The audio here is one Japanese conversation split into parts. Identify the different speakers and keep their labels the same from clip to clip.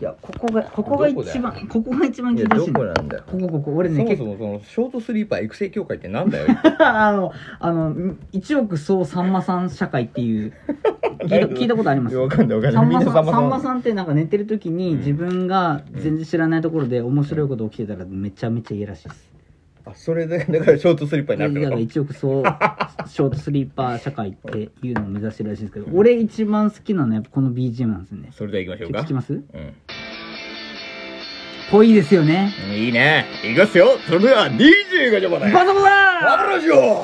Speaker 1: いや、ここが一番
Speaker 2: いや、ど
Speaker 1: 聞いてほしい
Speaker 2: こなんだよ。
Speaker 1: 俺ね、
Speaker 2: そもそもそのショートスリーパー育成協会ってなんだよ。
Speaker 1: 一億総さんまさん社会っていう聞いたことあります？
Speaker 2: わかんない。
Speaker 1: さんま
Speaker 2: みんな
Speaker 1: さんってなんか寝てる時に自分が全然知らないところで面白いこと起きてたらめちゃめちゃ嫌らしいです。
Speaker 2: あ、それでだからショートスリーパーになるって
Speaker 1: だから
Speaker 2: こと？
Speaker 1: 一億総ショートスリーパー社会っていうのを目指してるらしいんですけど、俺一番好きなのはやっぱこの BGM なんですよね。
Speaker 2: それでは行きましょうか。
Speaker 1: 聞きます？
Speaker 2: うん。
Speaker 1: ぽいですよね。
Speaker 2: いいね。いきますよ。それでは DJ が邪魔だよ。
Speaker 1: バサバ
Speaker 2: バブラジオ。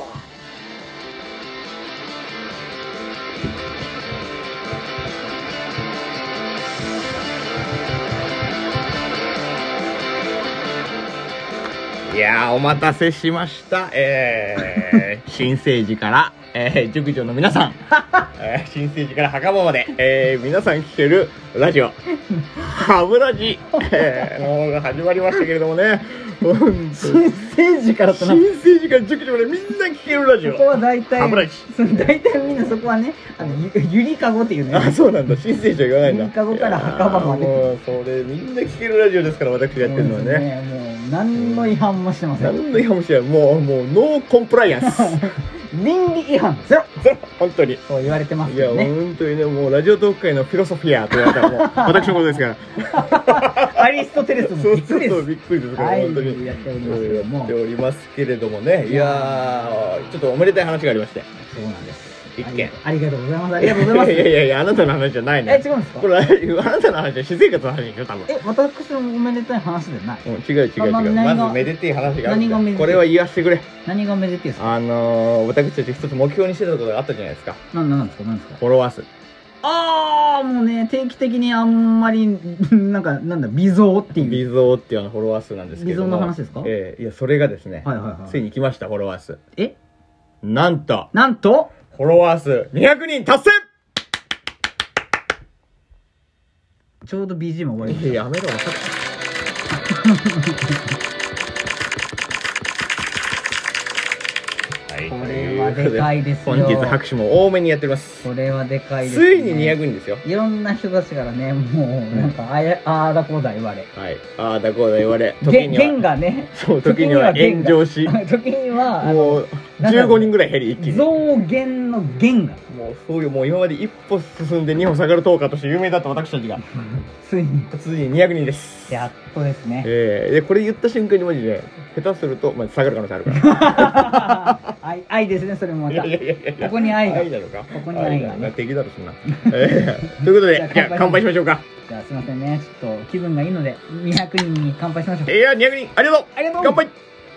Speaker 2: いやー、お待たせしました。新生児から、塾女の皆さん、新生児から墓場まで、皆さん聞けるラジオ、ハブラジ、の方が始まりましたけれどもね、
Speaker 1: 新生児からとな
Speaker 2: 新生児から塾女までみんな聞けるラジオ。
Speaker 1: そこは大体
Speaker 2: ハブラジ。
Speaker 1: 大体みんなそこはね、ゆりかごっていうね。
Speaker 2: あ、そうなんだ。新生児は言わないんだ。
Speaker 1: ゆりかごから墓場まで。
Speaker 2: もうそれみんな聞けるラジオですから、私がやってるのはね。
Speaker 1: もう何の違反もしてません。
Speaker 2: 何の違反もしない。もうノーコンプライアンス。
Speaker 1: 倫理違反ゼロ。
Speaker 2: 本当に。
Speaker 1: そう言われてます
Speaker 2: いや、
Speaker 1: よね。
Speaker 2: 本当にね、もうラジオトーク界のフィロソフィアと言われたらもう私のことですから。
Speaker 1: アリストテレスもびっくりです。
Speaker 2: びっくりですから、
Speaker 1: はい、
Speaker 2: 本当に。
Speaker 1: やっておりますけども。
Speaker 2: やっておりますけれどもね。いやー、ちょっとおめでたい話がありまして。
Speaker 1: そうなんです。
Speaker 2: 一件。
Speaker 1: ありがとうございます。ありがとうございます。
Speaker 2: いや、あなたの話じゃないね。
Speaker 1: 違うんですか？
Speaker 2: これ、あなたの話は私生活の話でしょ、多分。
Speaker 1: 私のおめでたい話じゃない。
Speaker 2: 違う。まずめでてい話がある。
Speaker 1: 何がめでてい？
Speaker 2: これは言わせてくれ。
Speaker 1: 何がめでていですか？
Speaker 2: 私たち一つ目標にしてたことがあったじゃないですか。
Speaker 1: なんですか？
Speaker 2: フォロワー数。
Speaker 1: もうね、定期的にあんまり、微増っていう。
Speaker 2: 微増っていうフォロワー数なんですけども。
Speaker 1: 微増の話ですか？
Speaker 2: いや、それがですね、ついに来ました、フォロワー数。なんとフォロワー数200人達成。
Speaker 1: ちょうど BGM 終わりました。
Speaker 2: やめろ、
Speaker 1: これはでかいですよ。
Speaker 2: 本日拍手も多めにやっております。
Speaker 1: これはでかいですね。
Speaker 2: ついに200人ですよ。
Speaker 1: いろんな人たちからね、もうなんかああだこうだ言われ。
Speaker 2: はい。ああだこうだ言われ。
Speaker 1: 弦がね。
Speaker 2: そう、時には炎上し。
Speaker 1: 時には
Speaker 2: もう15人ぐらい減り一気に。
Speaker 1: 増減の弦が。
Speaker 2: もうそういうもう今まで一歩進んで2歩下がるトーカーとして有名だった私たちが
Speaker 1: ついに
Speaker 2: 200人です。
Speaker 1: やっとですね。
Speaker 2: でこれ言った瞬間にマジで下手すると下がる可能性あるから
Speaker 1: 愛ですね、それもまた。ここに愛が。愛なのか。ここに愛がね。
Speaker 2: 敵だろそんな。ということで、じゃあ乾杯しましょうか。
Speaker 1: じゃあすいませんね、ちょっと気分がいいので200人に乾杯しましょう。
Speaker 2: いや、200人ありがとう。乾杯。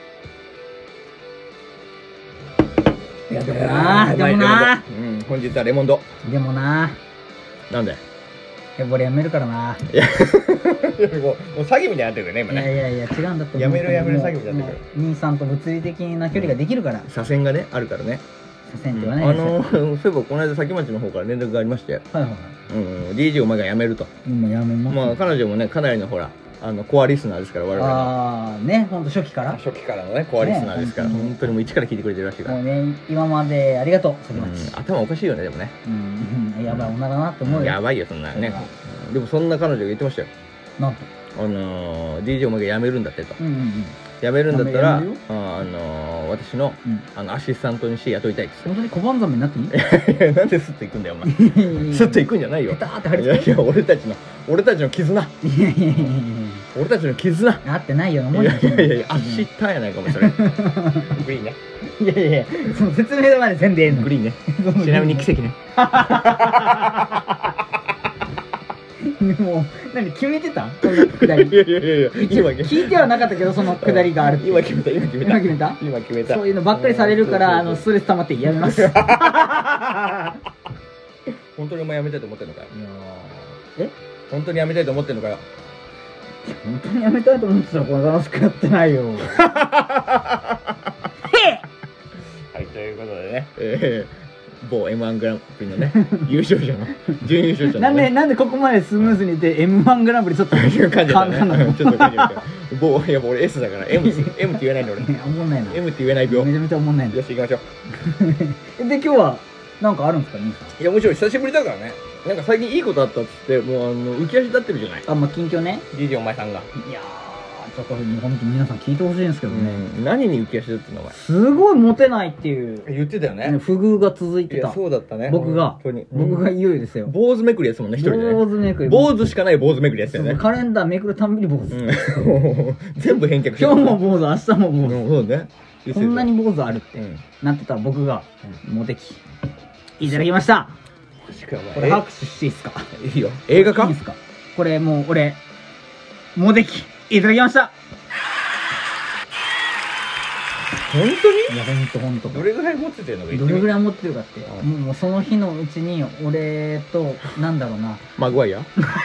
Speaker 1: いやでもな
Speaker 2: 本日はレモンド。
Speaker 1: でもな
Speaker 2: なんで
Speaker 1: 俺やめるからな。
Speaker 2: いやもう詐欺みたいになってるよね今ね。
Speaker 1: いや違うんだって。
Speaker 2: やめる詐欺みたいになってるから。
Speaker 1: 兄さんと物理的な距離ができるから。
Speaker 2: 左遷がねあるからね。
Speaker 1: 左遷って言わないですよ。
Speaker 2: そういえばこの間崎町の方から連絡がありまして、DJ お前が辞めると。
Speaker 1: 今辞めます。
Speaker 2: まあ彼女もねかなりのほらコアリスナーですから我々
Speaker 1: の。ね、ほんと初期から
Speaker 2: のねコアリスナーですから、本当にもう一から聞いてくれてるらしいから。
Speaker 1: もうね、今までありがとう崎町。
Speaker 2: 頭おかしいよねでもね。
Speaker 1: やばい女だなって思うよ。
Speaker 2: やばいよそんなね。でもそんな彼女が言ってましたよ。
Speaker 1: なんと
Speaker 2: DJ お前が辞めるんだってと。辞めるんだったら私のアシスタントにして雇いたいです。
Speaker 1: 本当に小判ザメになっていい？
Speaker 2: なんでスッと行くんだよお前。スッと行くんじゃないよ。いや俺たちの絆。俺たちの絆
Speaker 1: あってないようなもん。
Speaker 2: いやアシスターやないかもそれ。グリーンね。
Speaker 1: いやその説明までせんでええの。
Speaker 2: グリーンね。ちなみに奇跡ね。
Speaker 1: もう何決めてた？このくだり。いや聞いてはなかったけどそのくだりがある。
Speaker 2: 今決めた。
Speaker 1: そういうのばっかりされるからストレス溜まってやめます。
Speaker 2: 本当にお前やめたいと思ってんのかよ。本当にやめたいと思ってんのかよ。
Speaker 1: 本当にやめたいと思ってたらこれ楽しくやってないよ。
Speaker 2: はいということでね。某 M1 グランプリのね優勝者の準優勝者の
Speaker 1: なんでここまでスムーズにいて M1 グランプリちょっと
Speaker 2: 感じたね。ちょっと感じた。某いや俺 S だから M って言えないの俺。
Speaker 1: おもんないな。
Speaker 2: M って言えない病。
Speaker 1: めちゃめちゃおもんないな。
Speaker 2: よし行きましょう。
Speaker 1: で今日はなんかあるんですか兄さん？
Speaker 2: いやもちろん久しぶりだからね。 なんか最近いいことあったっつってもう浮き足立ってるじゃない。
Speaker 1: あ、まあ近況ね。
Speaker 2: DJ お前さんが。
Speaker 1: いやー、ちょっと本当皆さん聞いてほしいんですけどね、
Speaker 2: 何に浮き足立ってんのお前。
Speaker 1: すごいモテないっていう
Speaker 2: 言ってたよね。
Speaker 1: 不遇が続い
Speaker 2: いや
Speaker 1: てた。
Speaker 2: そうだったね。
Speaker 1: 僕が
Speaker 2: 本当に
Speaker 1: 僕がいよいよですよ。
Speaker 2: 坊主めくりやつもんね、一人でね。
Speaker 1: 坊主めくり。
Speaker 2: 坊主しかない坊主めくりやつよね。
Speaker 1: カレンダーめくるたんびに坊主。
Speaker 2: 全部返却して
Speaker 1: 今日も坊主、明日も坊主。
Speaker 2: そうね。
Speaker 1: こんなに坊主あるってなってたら僕がモテ期いただきました。これ拍手していいですか？
Speaker 2: いいよ。映画か？
Speaker 1: いいですか？これもう俺モテ期いただきました。
Speaker 2: 本当に？
Speaker 1: いや本当。
Speaker 2: どれぐらい持っててんの？
Speaker 1: どれぐらい持ってるかって、もうその日のうちに俺となんだろうな。
Speaker 2: マグワイア？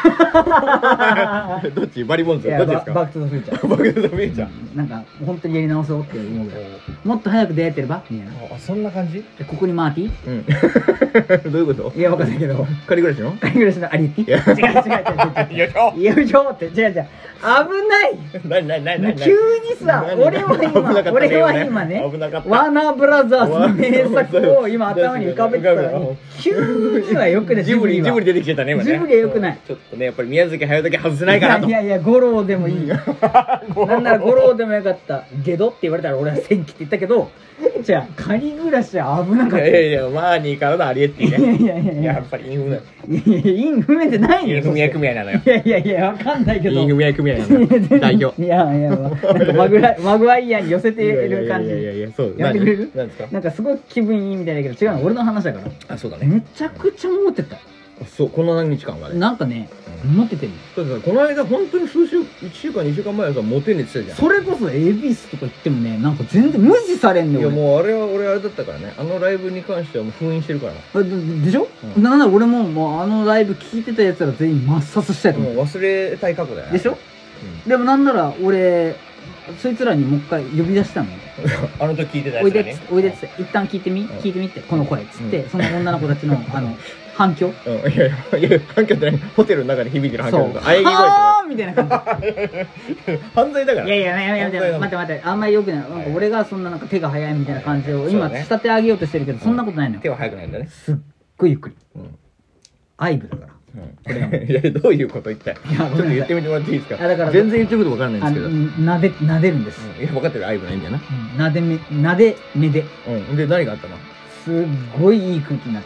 Speaker 2: どっち？バリボンズ？どっちですか？
Speaker 1: バックトゥザフューチャー。
Speaker 2: バックトゥザフューチャー。
Speaker 1: なんか本当にやり直そうって思うぐらい。もっと早く出会えてればみたいな。
Speaker 2: あ、そんな感じ？
Speaker 1: ここにマーティ
Speaker 2: ー？どういうこと？
Speaker 1: いやわかんないけど。
Speaker 2: 仮暮らしの？
Speaker 1: 仮暮らしのアリエッティ？違う。よいしょって違う。危ない。
Speaker 2: 何
Speaker 1: 急にさ、俺は今ね、ワーナーブラザーズの名作を今頭に浮かべてたら、急にはよくない。
Speaker 2: ジブリ出てきてたね今ね。
Speaker 1: ジブリはよくない。
Speaker 2: ちょっとねやっぱり宮崎駿だけ外せないかなと。
Speaker 1: いや五郎でもいいよ。なんなら五郎でもよかった。ゲドって言われたら俺は戦記って言ったけど、じゃあ仮暮らしは危なかった。
Speaker 2: いやマーニーからのアリエッティね。やっぱりインフメ。
Speaker 1: インフメってないよ。
Speaker 2: インフメ組合なのよ。
Speaker 1: いやわかんないけど。
Speaker 2: インフメ組合なのよ。代表。
Speaker 1: いやなんかマグワイアに寄せてる感じ。
Speaker 2: いやそう。
Speaker 1: やってくれる？
Speaker 2: 何ですか？
Speaker 1: なんかすごい気分いいみたいだけど違うの俺の話だから。
Speaker 2: あ、そうだね。
Speaker 1: めちゃくちゃモテた。
Speaker 2: そう、この何日間がね。
Speaker 1: なんかね、モテてる。
Speaker 2: だってさ、この間本当に1週間2週間前はさモテねって言ってたじゃん。
Speaker 1: それこそ恵比寿とか行ってもね、なんか全然無視されんのよ。
Speaker 2: いやもう俺あれだったからね。あのライブに関してはもう封印してるからな。
Speaker 1: でしょ？なんなら俺もうあのライブ聞いてたやつら全員抹殺したいと思う。
Speaker 2: もう忘れたい過去だよね。
Speaker 1: でしょ？でもなんなら俺そいつらにもう一回呼び出したのよ。
Speaker 2: あの時聞いてたやつらね。
Speaker 1: おいでっつって一旦聞いてみってこの声っつってその女の子たちの反響。
Speaker 2: いや反響って何？ホテルの中で響いてる反響とか。
Speaker 1: そう。はーみたいな感じ。
Speaker 2: 犯罪だから。
Speaker 1: いや待ってあんまり良くない。俺がそんななんか手が早いみたいな感じを今仕立て上げようとしてるけどそんなことないのよ。
Speaker 2: 手は早くないんだね。
Speaker 1: すっごいゆっくり。アイブだから。
Speaker 2: いやどういうこと言ったよ。ちょっと言ってみてもらっていいですか？だから全然言ってること分かんないんですけど。
Speaker 1: 撫でるんです。
Speaker 2: いや分かってる。アイブないんだよな。
Speaker 1: 撫で目で。
Speaker 2: で何があったの？
Speaker 1: すっごいいい空気になって。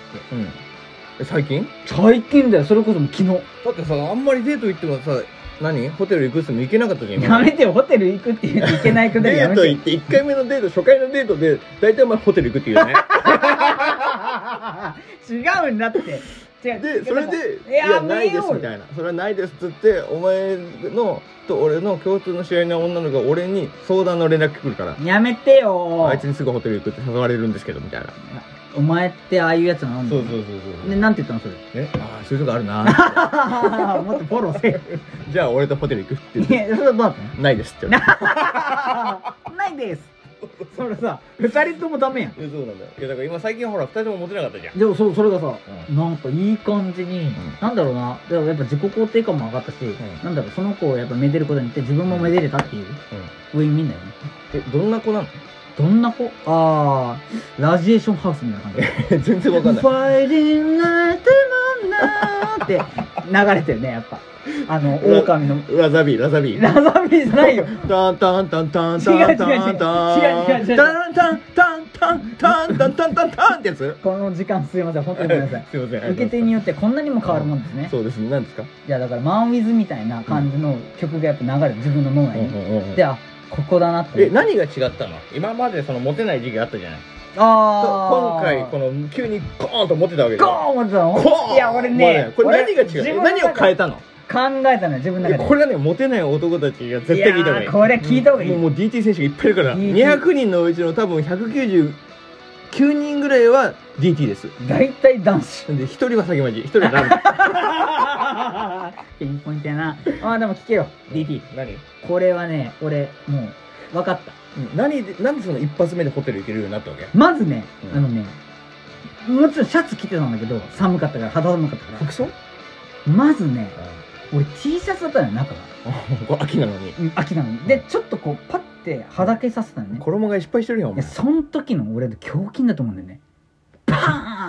Speaker 2: 最近
Speaker 1: だよ。それこそ昨日。だ
Speaker 2: ってさあんまりデート行ってもさホテル行くっつっても行けなかったじゃん。
Speaker 1: やめてよ。ホテル行くって言って行けないくらいやめて。
Speaker 2: デート行って1回目のデート初回のデートで大体お前ホテル行くって言うね。
Speaker 1: 違うんだって。
Speaker 2: でそれで「いやないです」みたいな「それはないです」っつってお前のと俺の共通の知り合いの女の子が俺に相談の連絡来るから「
Speaker 1: やめてよ
Speaker 2: あいつにすぐホテル行くって誘われるんですけど」みたいな。
Speaker 1: お前ってああいうやつなの？
Speaker 2: そう
Speaker 1: でなんて言ったのそれ？
Speaker 2: ああそういうとこあるな。
Speaker 1: もっとフォローせえ。
Speaker 2: じゃあ俺とホテル行くって言って。
Speaker 1: いやそれはどうだったの？
Speaker 2: ないですって言われて。
Speaker 1: ないです。それさ2人ともダメやん。
Speaker 2: そうなんだよ。いやだから今最近ほら2人ともモテなかったじゃん。
Speaker 1: でもそれがさなんかいい感じになんだろうな。でもやっぱ自己肯定感も上がったしなんだろうその子をやっぱめでることによって自分もめでれたっていうウィンウィンだよね。
Speaker 2: どんな子なの？
Speaker 1: どんな子？ラジエーションハウスみたいな感じ。
Speaker 2: 全然わかんない。
Speaker 1: ファイティングナイトマンナーって流れてるねやっぱ。狼の
Speaker 2: ラザビーじゃ
Speaker 1: ないよ。
Speaker 2: タンタンタンタンタンタンタンタンタンタンタンってやつ？
Speaker 1: この時間すいません本当にごめんなさい。
Speaker 2: すいません。
Speaker 1: 受け手によってこんなにも変わるもんですね。
Speaker 2: そうですね。何ですか？
Speaker 1: いやだからマンウィズみたいな感じの曲がやっぱ流れる自分の脳内に。でここだなって。
Speaker 2: 何が違ったの？今までそのモテない時期あったじゃない。今回この急にゴーンとモテたわけで。
Speaker 1: ゴーンモテたの？いや俺ね。
Speaker 2: これ何が違う？何を変えたの？
Speaker 1: 考えたのよ自分の中で。
Speaker 2: これはねモテない男たちが絶対聞いた方がいい。
Speaker 1: これ聞いた方がいい。
Speaker 2: もう DT 選手がいっぱいいるから200人のうちの多分199人ぐらいは DT です。
Speaker 1: 大体男子
Speaker 2: で1人は詐欺マジ1人はラブ。
Speaker 1: ピンポイントやな。でも聞けよ DT。
Speaker 2: 何？
Speaker 1: これはね俺もう分かった。
Speaker 2: なんでその一発目でホテル行けるようになったわけ？
Speaker 1: まずねもちろんシャツ着てたんだけど寒かったから肌寒かったから
Speaker 2: 服装？
Speaker 1: まずね俺 T シャツだったのよ中が。
Speaker 2: 秋なのに。
Speaker 1: 秋なのに。でちょっとこうパッてはだけさせたのね。
Speaker 2: 衣替え失敗してるよお前。
Speaker 1: そん時の俺の胸筋だと思うんだよね。パーン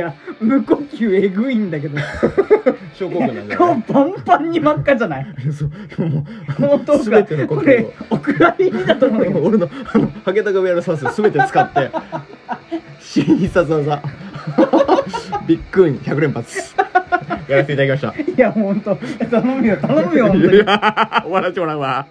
Speaker 1: や無呼吸えぐいんだけど
Speaker 2: 症候群なんじゃない？
Speaker 1: 顔パンパンに真っ赤じゃない？
Speaker 2: そうもう
Speaker 1: 本当か
Speaker 2: 全ての呼
Speaker 1: これ
Speaker 2: 吸を
Speaker 1: お蔵入りだと思うんだけど
Speaker 2: 俺のハゲタカ部屋のサス全て使って新必殺技ビッグイン100連発やらせていただきました。
Speaker 1: いやほんと頼むよ本当に
Speaker 2: いや終わらせてもらうわ。